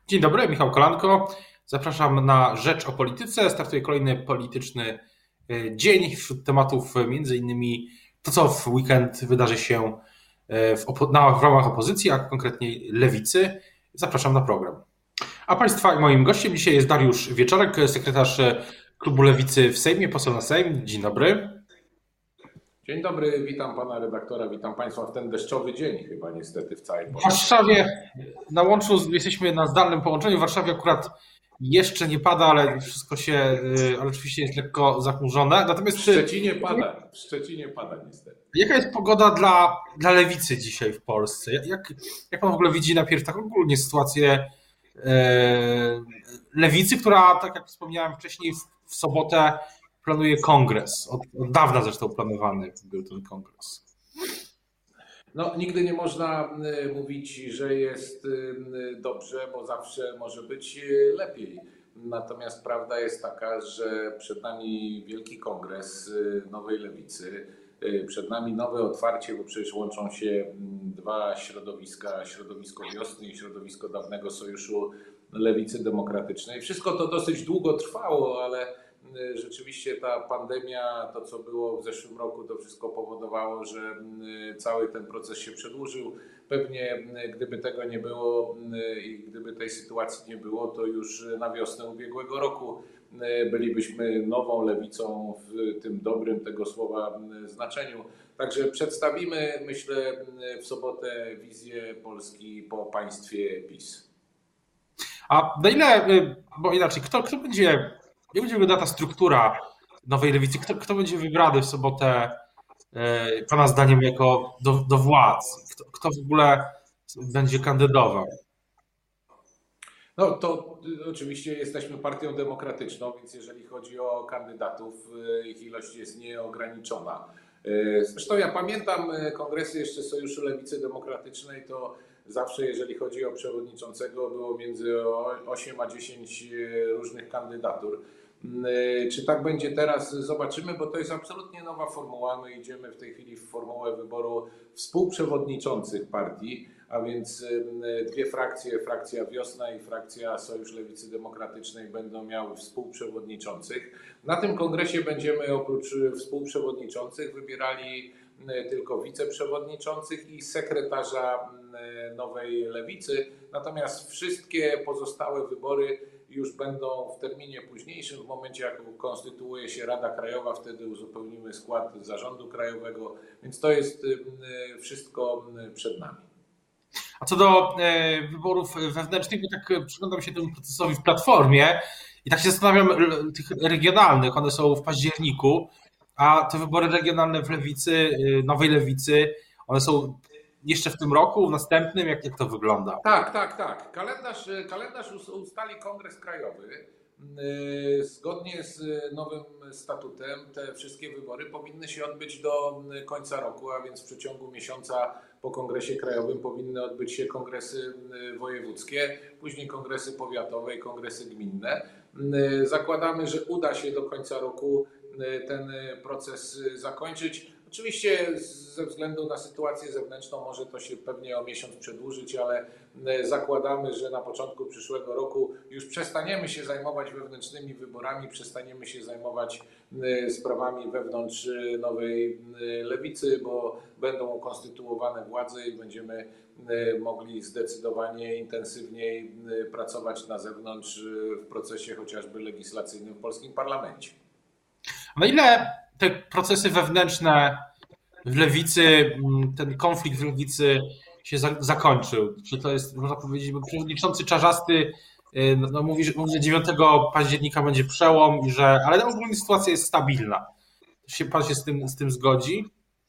Dzień dobry, Michał Kolanko. Zapraszam na Rzecz o Polityce. Startuje kolejny polityczny dzień. Wśród tematów między innymi to, co w weekend wydarzy się w ramach opozycji, a konkretnie lewicy. Zapraszam na program. A Państwa i moim gościem dzisiaj jest Dariusz Wieczorek, sekretarz Klubu Lewicy w Sejmie, poseł na Sejm. Dzień dobry. Dzień dobry, witam pana redaktora, witam państwa w ten deszczowy dzień chyba niestety w całej Polsce. W Warszawie na łączu jesteśmy na zdalnym połączeniu. W Warszawie akurat jeszcze nie pada, ale ale oczywiście jest lekko zachmurzone. Natomiast W Szczecinie pada niestety. Jaka jest pogoda dla lewicy dzisiaj w Polsce? Jak pan w ogóle widzi najpierw tak ogólnie sytuację lewicy, która, tak jak wspomniałem wcześniej, w sobotę planuje kongres. Od dawna zresztą planowany był ten kongres. No, nigdy nie można mówić, że jest dobrze, bo zawsze może być lepiej. Natomiast prawda jest taka, że przed nami wielki kongres Nowej Lewicy, przed nami nowe otwarcie, bo przecież łączą się dwa środowiska, środowisko Wiosny i środowisko dawnego Sojuszu Lewicy Demokratycznej. Wszystko to dosyć długo trwało, ale rzeczywiście ta pandemia, to co było w zeszłym roku, to wszystko powodowało, że cały ten proces się przedłużył. Pewnie gdyby tego nie było i gdyby tej sytuacji nie było, to już na wiosnę ubiegłego roku bylibyśmy nową lewicą w tym dobrym tego słowa znaczeniu. Także przedstawimy, myślę, w sobotę wizję Polski po państwie PiS. A na ile, bo inaczej, kto będzie, jak będzie wyglądała ta struktura nowej lewicy? Kto będzie wybrany w sobotę, pana zdaniem, jako do władz? Kto w ogóle będzie kandydował? No to oczywiście jesteśmy partią demokratyczną, więc jeżeli chodzi o kandydatów, ich ilość jest nieograniczona. Zresztą ja pamiętam kongresy jeszcze Sojuszu Lewicy Demokratycznej, to zawsze jeżeli chodzi o przewodniczącego było między 8 a 10 różnych kandydatur. Czy tak będzie teraz? Zobaczymy, bo to jest absolutnie nowa formuła. My idziemy w tej chwili w formułę wyboru współprzewodniczących partii, a więc dwie frakcje, frakcja Wiosna i frakcja Sojusz Lewicy Demokratycznej będą miały współprzewodniczących. Na tym kongresie będziemy oprócz współprzewodniczących wybierali tylko wiceprzewodniczących i sekretarza Nowej Lewicy. Natomiast wszystkie pozostałe wybory już będą w terminie późniejszym, w momencie jak konstytuuje się Rada Krajowa, wtedy uzupełnimy skład Zarządu Krajowego, więc to jest wszystko przed nami. A co do wyborów wewnętrznych, bo tak przyglądam się temu procesowi w Platformie i tak się zastanawiam, tych regionalnych, one są w październiku, a te wybory regionalne w lewicy, Nowej Lewicy, one są jeszcze w tym roku, w następnym? Jak to wygląda? Tak. Kalendarz ustali Kongres Krajowy. Zgodnie z nowym statutem te wszystkie wybory powinny się odbyć do końca roku, a więc w przeciągu miesiąca po Kongresie Krajowym powinny odbyć się kongresy wojewódzkie, później kongresy powiatowe i kongresy gminne. Zakładamy, że uda się do końca roku ten proces zakończyć. Oczywiście ze względu na sytuację zewnętrzną może to się pewnie o miesiąc przedłużyć, ale zakładamy, że na początku przyszłego roku już przestaniemy się zajmować wewnętrznymi wyborami, przestaniemy się zajmować sprawami wewnątrz Nowej Lewicy, bo będą ukonstytuowane władze i będziemy mogli zdecydowanie intensywniej pracować na zewnątrz w procesie chociażby legislacyjnym w polskim parlamencie. Na ile te procesy wewnętrzne w lewicy, ten konflikt w lewicy się zakończył? Czy to jest, można powiedzieć, bo przewodniczący Czarzasty mówi, że 9 października będzie przełom, ale ogólnie sytuacja jest stabilna. Pan się z tym zgodzi?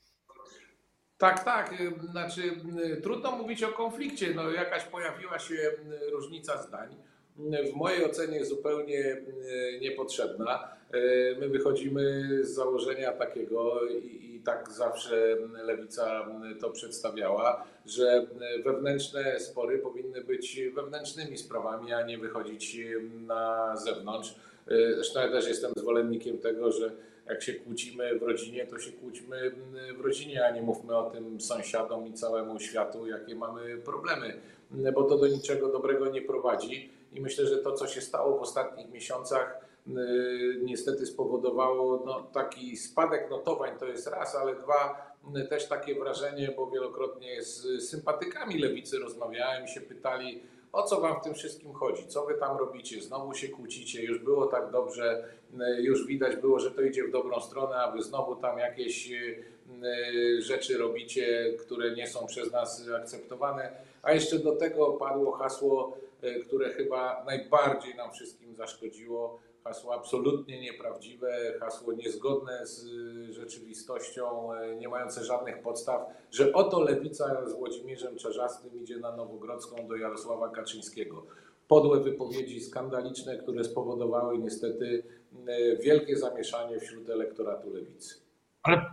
Tak. Znaczy, trudno mówić o konflikcie. No, jakaś pojawiła się różnica zdań. W mojej ocenie zupełnie niepotrzebna. My wychodzimy z założenia takiego i tak zawsze Lewica to przedstawiała, że wewnętrzne spory powinny być wewnętrznymi sprawami, a nie wychodzić na zewnątrz. Zresztą ja też jestem zwolennikiem tego, że jak się kłócimy w rodzinie, to się kłóćmy w rodzinie, a nie mówmy o tym sąsiadom i całemu światu, jakie mamy problemy, bo to do niczego dobrego nie prowadzi. I myślę, że to, co się stało w ostatnich miesiącach, niestety spowodowało taki spadek notowań, to jest raz, ale dwa, też takie wrażenie, bo wielokrotnie z sympatykami lewicy rozmawiałem i się pytali, o co wam w tym wszystkim chodzi, co wy tam robicie, znowu się kłócicie, już było tak dobrze, już widać było, że to idzie w dobrą stronę, a wy znowu tam jakieś rzeczy robicie, które nie są przez nas akceptowane, a jeszcze do tego padło hasło, które chyba najbardziej nam wszystkim zaszkodziło, hasło absolutnie nieprawdziwe, hasło niezgodne z rzeczywistością, nie mające żadnych podstaw, że oto lewica z Włodzimierzem Czarzastym idzie na Nowogrodzką do Jarosława Kaczyńskiego. Podłe wypowiedzi skandaliczne, które spowodowały niestety wielkie zamieszanie wśród elektoratu lewicy. Ale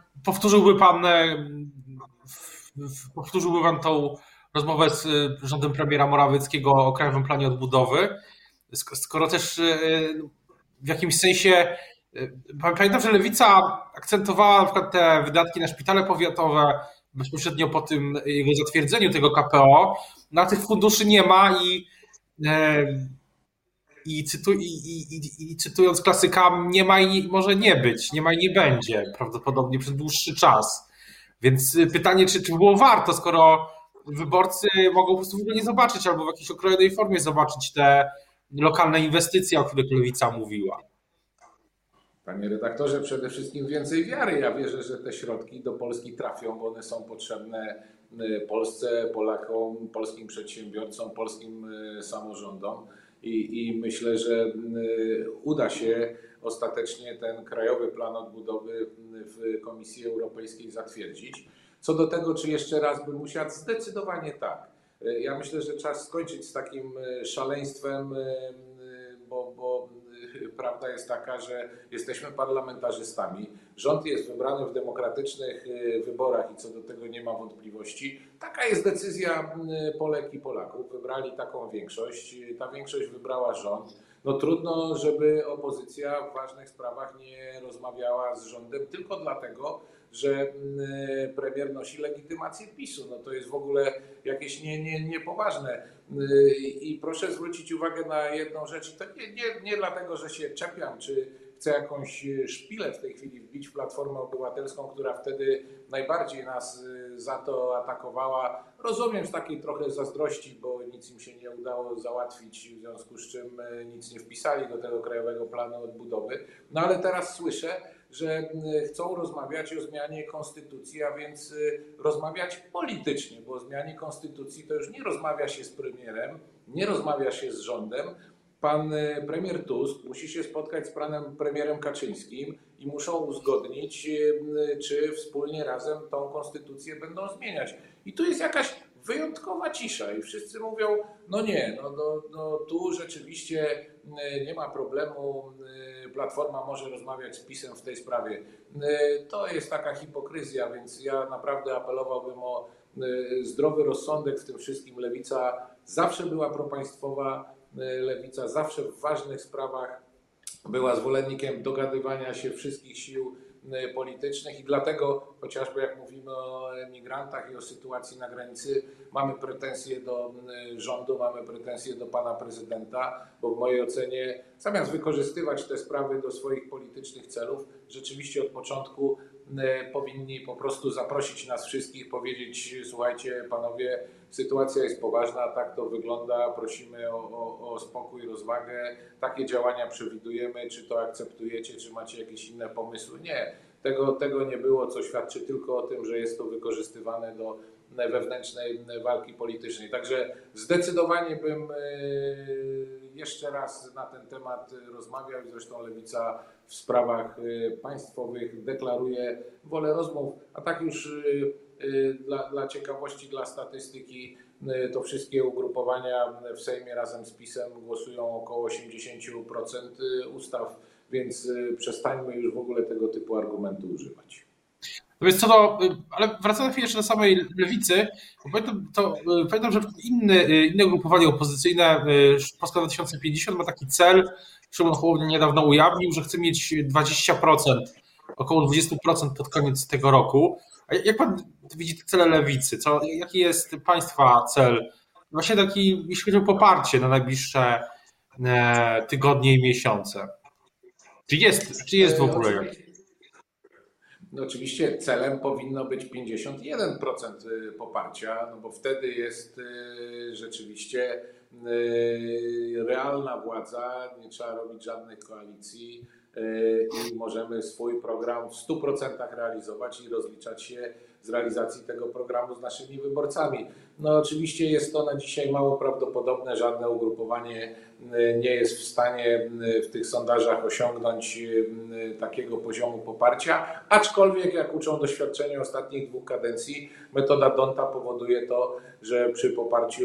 powtórzyłby pan tą rozmowę z rządem premiera Morawieckiego o Krajowym Planie Odbudowy, skoro też w jakimś sensie pamiętam, że Lewica akcentowała na przykład te wydatki na szpitale powiatowe bezpośrednio po tym jego zatwierdzeniu tego KPO, no a tych funduszy nie ma i cytując klasyka, nie ma i może nie być, nie ma i nie będzie prawdopodobnie przez dłuższy czas. Więc pytanie, czy było warto, skoro wyborcy mogą po prostu w ogóle nie zobaczyć albo w jakiejś okrojonej formie zobaczyć te lokalne inwestycje, o których Lewica mówiła. Panie redaktorze, przede wszystkim więcej wiary. Ja wierzę, że te środki do Polski trafią, bo one są potrzebne Polsce, Polakom, polskim przedsiębiorcom, polskim samorządom i myślę, że uda się ostatecznie ten Krajowy Plan Odbudowy w Komisji Europejskiej zatwierdzić. Co do tego, czy jeszcze raz bym musiał, zdecydowanie tak. Ja myślę, że czas skończyć z takim szaleństwem, bo prawda jest taka, że jesteśmy parlamentarzystami. Rząd jest wybrany w demokratycznych wyborach i co do tego nie ma wątpliwości. Taka jest decyzja Polek i Polaków. Wybrali taką większość. Ta większość wybrała rząd. No trudno, żeby opozycja w ważnych sprawach nie rozmawiała z rządem tylko dlatego, że premier nosi legitymację PiS-u. No to jest w ogóle jakieś niepoważne. I proszę zwrócić uwagę na jedną rzecz. To nie dlatego, że się czepiam, czy chcę jakąś szpilę w tej chwili wbić w Platformę Obywatelską, która wtedy najbardziej nas za to atakowała. Rozumiem z takiej trochę zazdrości, bo nic im się nie udało załatwić, w związku z czym nic nie wpisali do tego Krajowego Planu Odbudowy. No ale teraz słyszę, że chcą rozmawiać o zmianie konstytucji, a więc rozmawiać politycznie, bo o zmianie konstytucji to już nie rozmawia się z premierem, nie rozmawia się z rządem. Pan premier Tusk musi się spotkać z panem premierem Kaczyńskim i muszą uzgodnić, czy wspólnie razem tą konstytucję będą zmieniać. I tu jest jakaś wyjątkowa cisza i wszyscy mówią, no nie, tu rzeczywiście nie ma problemu, Platforma może rozmawiać z PiS-em w tej sprawie. To jest taka hipokryzja, więc ja naprawdę apelowałbym o zdrowy rozsądek w tym wszystkim. Lewica zawsze była propaństwowa, Lewica zawsze w ważnych sprawach była zwolennikiem dogadywania się wszystkich sił politycznych i dlatego chociażby jak mówimy o emigrantach i o sytuacji na granicy, mamy pretensje do rządu, mamy pretensje do pana prezydenta, bo w mojej ocenie zamiast wykorzystywać te sprawy do swoich politycznych celów, rzeczywiście od początku powinni po prostu zaprosić nas wszystkich, powiedzieć, słuchajcie panowie, sytuacja jest poważna, tak to wygląda, prosimy o spokój, rozwagę, takie działania przewidujemy, czy to akceptujecie, czy macie jakieś inne pomysły. Nie, tego nie było, co świadczy tylko o tym, że jest to wykorzystywane do wewnętrznej walki politycznej. Także zdecydowanie bym jeszcze raz na ten temat rozmawiał i zresztą Lewica w sprawach państwowych deklaruje wolę rozmów, a tak już dla ciekawości, dla statystyki, to wszystkie ugrupowania w Sejmie razem z PiS-em głosują około 80% ustaw, więc przestańmy już w ogóle tego typu argumentu używać. Ale wracając jeszcze do samej lewicy, pamiętam, że inne ugrupowanie opozycyjne, Polska 2050 ma taki cel, Szymon Hołownia niedawno ujawnił, że chce mieć 20% około 20% pod koniec tego roku. A jak pan widzi te cele lewicy? Jaki jest państwa cel? Właśnie taki, jeśli chodzi o poparcie na najbliższe tygodnie i miesiące. Czy jest w ogóle jakieś? No oczywiście celem powinno być 51% poparcia, no bo wtedy jest rzeczywiście realna władza, nie trzeba robić żadnych koalicji i możemy swój program w 100% realizować i rozliczać się z realizacji tego programu z naszymi wyborcami. No oczywiście jest to na dzisiaj mało prawdopodobne, żadne ugrupowanie nie jest w stanie w tych sondażach osiągnąć takiego poziomu poparcia, aczkolwiek jak uczą doświadczenia ostatnich 2 kadencji, metoda D'Hondta powoduje to, że przy poparciu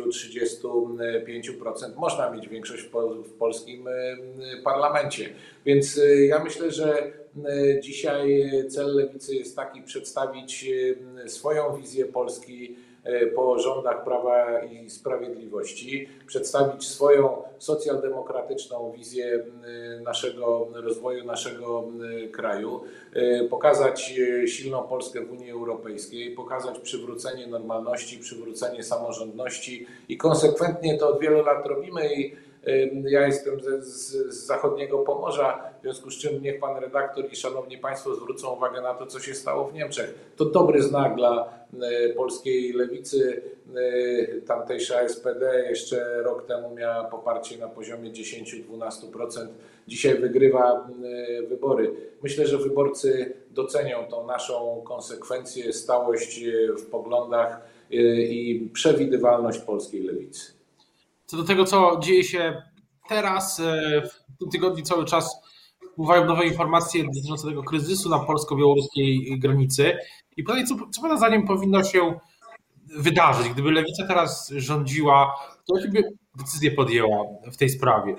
35% można mieć większość w polskim parlamencie. Więc ja myślę, że dzisiaj cel lewicy jest taki: przedstawić swoją wizję Polski po rządach Prawa i Sprawiedliwości, przedstawić swoją socjaldemokratyczną wizję naszego rozwoju, naszego kraju, pokazać silną Polskę w Unii Europejskiej, pokazać przywrócenie normalności, przywrócenie samorządności i konsekwentnie to od wielu lat robimy. Ja jestem z zachodniego Pomorza, w związku z czym niech pan redaktor i szanowni państwo zwrócą uwagę na to, co się stało w Niemczech. To dobry znak dla polskiej lewicy. Tamtejsza SPD jeszcze rok temu miała poparcie na poziomie 10-12%. Dzisiaj wygrywa wybory. Myślę, że wyborcy docenią tą naszą konsekwencję, stałość w poglądach i przewidywalność polskiej lewicy. Co do tego, co dzieje się teraz, w tym tygodniu cały czas wpływają nowe informacje dotyczące tego kryzysu na polsko-białoruskiej granicy. I pytanie, co pana zdaniem powinno się wydarzyć, gdyby lewica teraz rządziła, to jakie by decyzje podjęła w tej sprawie?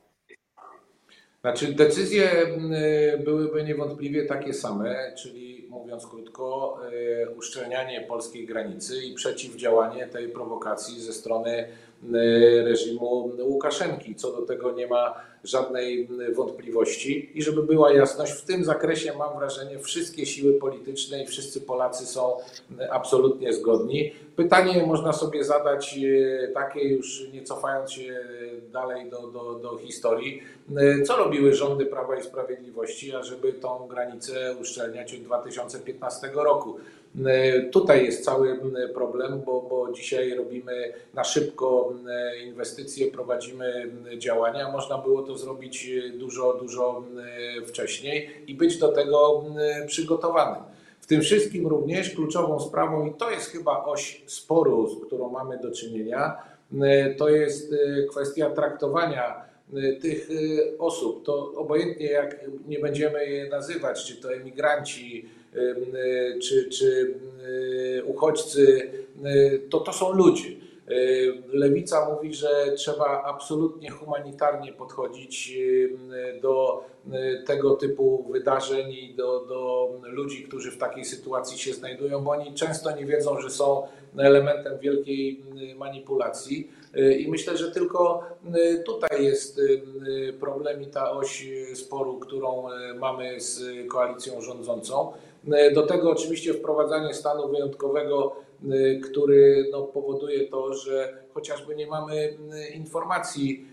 Znaczy, decyzje byłyby niewątpliwie takie same, czyli mówiąc krótko, uszczelnianie polskiej granicy i przeciwdziałanie tej prowokacji ze strony reżimu Łukaszenki. Co do tego nie ma żadnej wątpliwości. I żeby była jasność, w tym zakresie mam wrażenie, wszystkie siły polityczne i wszyscy Polacy są absolutnie zgodni. Pytanie można sobie zadać takie, już nie cofając się dalej do historii, co robiły rządy Prawa i Sprawiedliwości, ażeby tą granicę uszczelniać od 2015 roku. Tutaj jest cały problem, bo dzisiaj robimy na szybko inwestycje, prowadzimy działania. Można było to zrobić dużo wcześniej i być do tego przygotowanym. W tym wszystkim również kluczową sprawą, i to jest chyba oś sporu, z którą mamy do czynienia, to jest kwestia traktowania tych osób. To obojętnie jak nie będziemy je nazywać, czy to emigranci, czy uchodźcy, to są ludzie. Lewica mówi, że trzeba absolutnie humanitarnie podchodzić do tego typu wydarzeń i do ludzi, którzy w takiej sytuacji się znajdują, bo oni często nie wiedzą, że są elementem wielkiej manipulacji. I myślę, że tylko tutaj jest problem i ta oś sporu, którą mamy z koalicją rządzącą. Do tego oczywiście wprowadzanie stanu wyjątkowego, który powoduje to, że chociażby nie mamy informacji,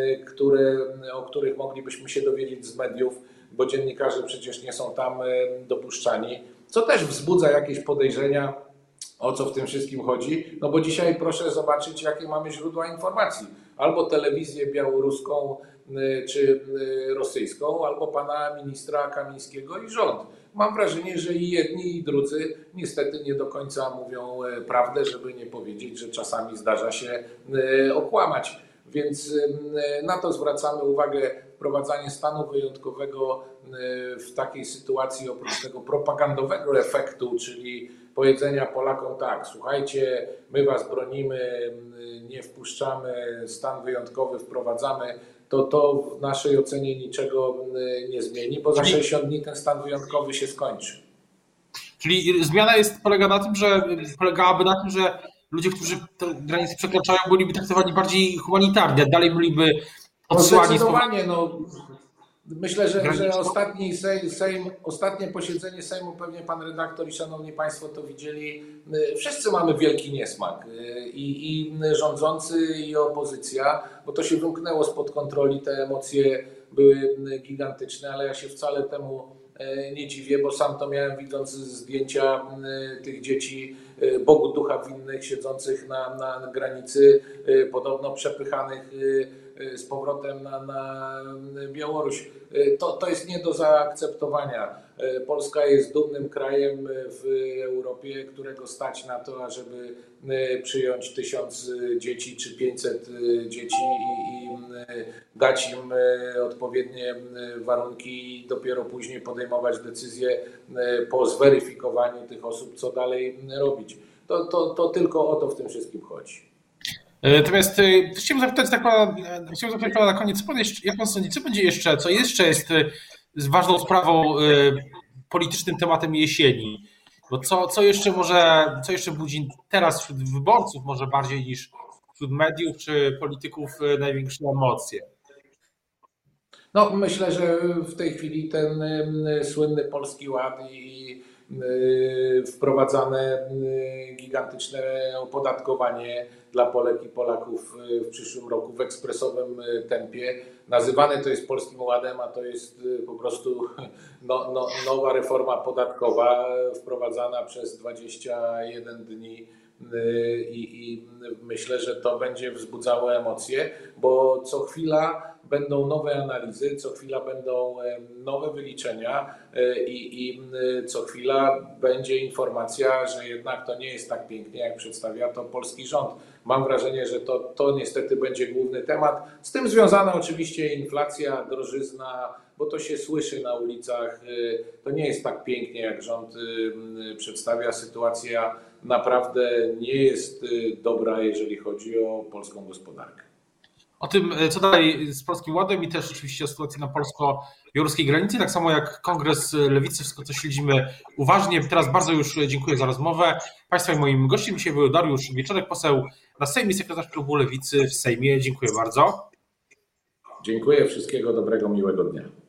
o których moglibyśmy się dowiedzieć z mediów, bo dziennikarze przecież nie są tam dopuszczani, co też wzbudza jakieś podejrzenia, o co w tym wszystkim chodzi. No bo dzisiaj proszę zobaczyć, jakie mamy źródła informacji. Albo telewizję białoruską czy rosyjską, albo pana ministra Kamińskiego i rząd. Mam wrażenie, że i jedni, i drudzy niestety nie do końca mówią prawdę, żeby nie powiedzieć, że czasami zdarza się okłamać. Więc na to zwracamy uwagę. Wprowadzanie stanu wyjątkowego w takiej sytuacji, oprócz tego propagandowego efektu, czyli powiedzenia Polakom tak, słuchajcie, my was bronimy, nie wpuszczamy, stan wyjątkowy wprowadzamy, to w naszej ocenie niczego nie zmieni, bo za 60 dni ten stan wyjątkowy się skończy. Czyli zmiana polegałaby na tym, że ludzie, którzy tę granicę przekraczają, byliby traktowani bardziej humanitarnie, dalej byliby odsyłani. Zdecydowanie, Myślę, że ostatnie posiedzenie Sejmu, pewnie pan redaktor i szanowni państwo to widzieli, wszyscy mamy wielki niesmak, i rządzący, i opozycja, bo to się wymknęło spod kontroli, te emocje były gigantyczne, ale ja się wcale temu nie dziwię, bo sam to miałem, widząc zdjęcia tych dzieci, Bogu ducha winnych, siedzących na granicy, podobno przepychanych z powrotem na Białoruś. To jest nie do zaakceptowania. Polska jest dumnym krajem w Europie, którego stać na to, ażeby przyjąć 1000 dzieci czy 500 dzieci i dać im odpowiednie warunki i dopiero później podejmować decyzje po zweryfikowaniu tych osób, co dalej robić. To tylko o to w tym wszystkim chodzi. Natomiast chciałbym zapytać pana na koniec, jak pan sądzi, co jeszcze jest ważną sprawą, politycznym tematem jesieni? Bo co jeszcze budzi teraz wśród wyborców może bardziej niż wśród mediów czy polityków największe emocje? No, myślę, że w tej chwili ten słynny Polski Ład i wprowadzane gigantyczne opodatkowanie dla Polek i Polaków w przyszłym roku w ekspresowym tempie. Nazywane to jest Polskim Ładem, a to jest po prostu nowa reforma podatkowa wprowadzana przez 21 dni. I myślę, że to będzie wzbudzało emocje, bo co chwila będą nowe analizy, co chwila będą nowe wyliczenia i co chwila będzie informacja, że jednak to nie jest tak pięknie, jak przedstawia to polski rząd. Mam wrażenie, że to niestety będzie główny temat. Z tym związana oczywiście inflacja, drożyzna, bo to się słyszy na ulicach. To nie jest tak pięknie, jak rząd przedstawia. Sytuacja naprawdę nie jest dobra, jeżeli chodzi o polską gospodarkę. O tym, co dalej z Polskim Ładem i też oczywiście o sytuacji na polsko-białoruskiej granicy, tak samo jak Kongres Lewicy, wszystko co śledzimy uważnie. Teraz bardzo już dziękuję za rozmowę. Państwa i moim gościem dzisiaj był Dariusz Wieczorek, poseł na Sejm i sekretarz klubu Lewicy w Sejmie. Dziękuję bardzo. Dziękuję, wszystkiego dobrego, miłego dnia.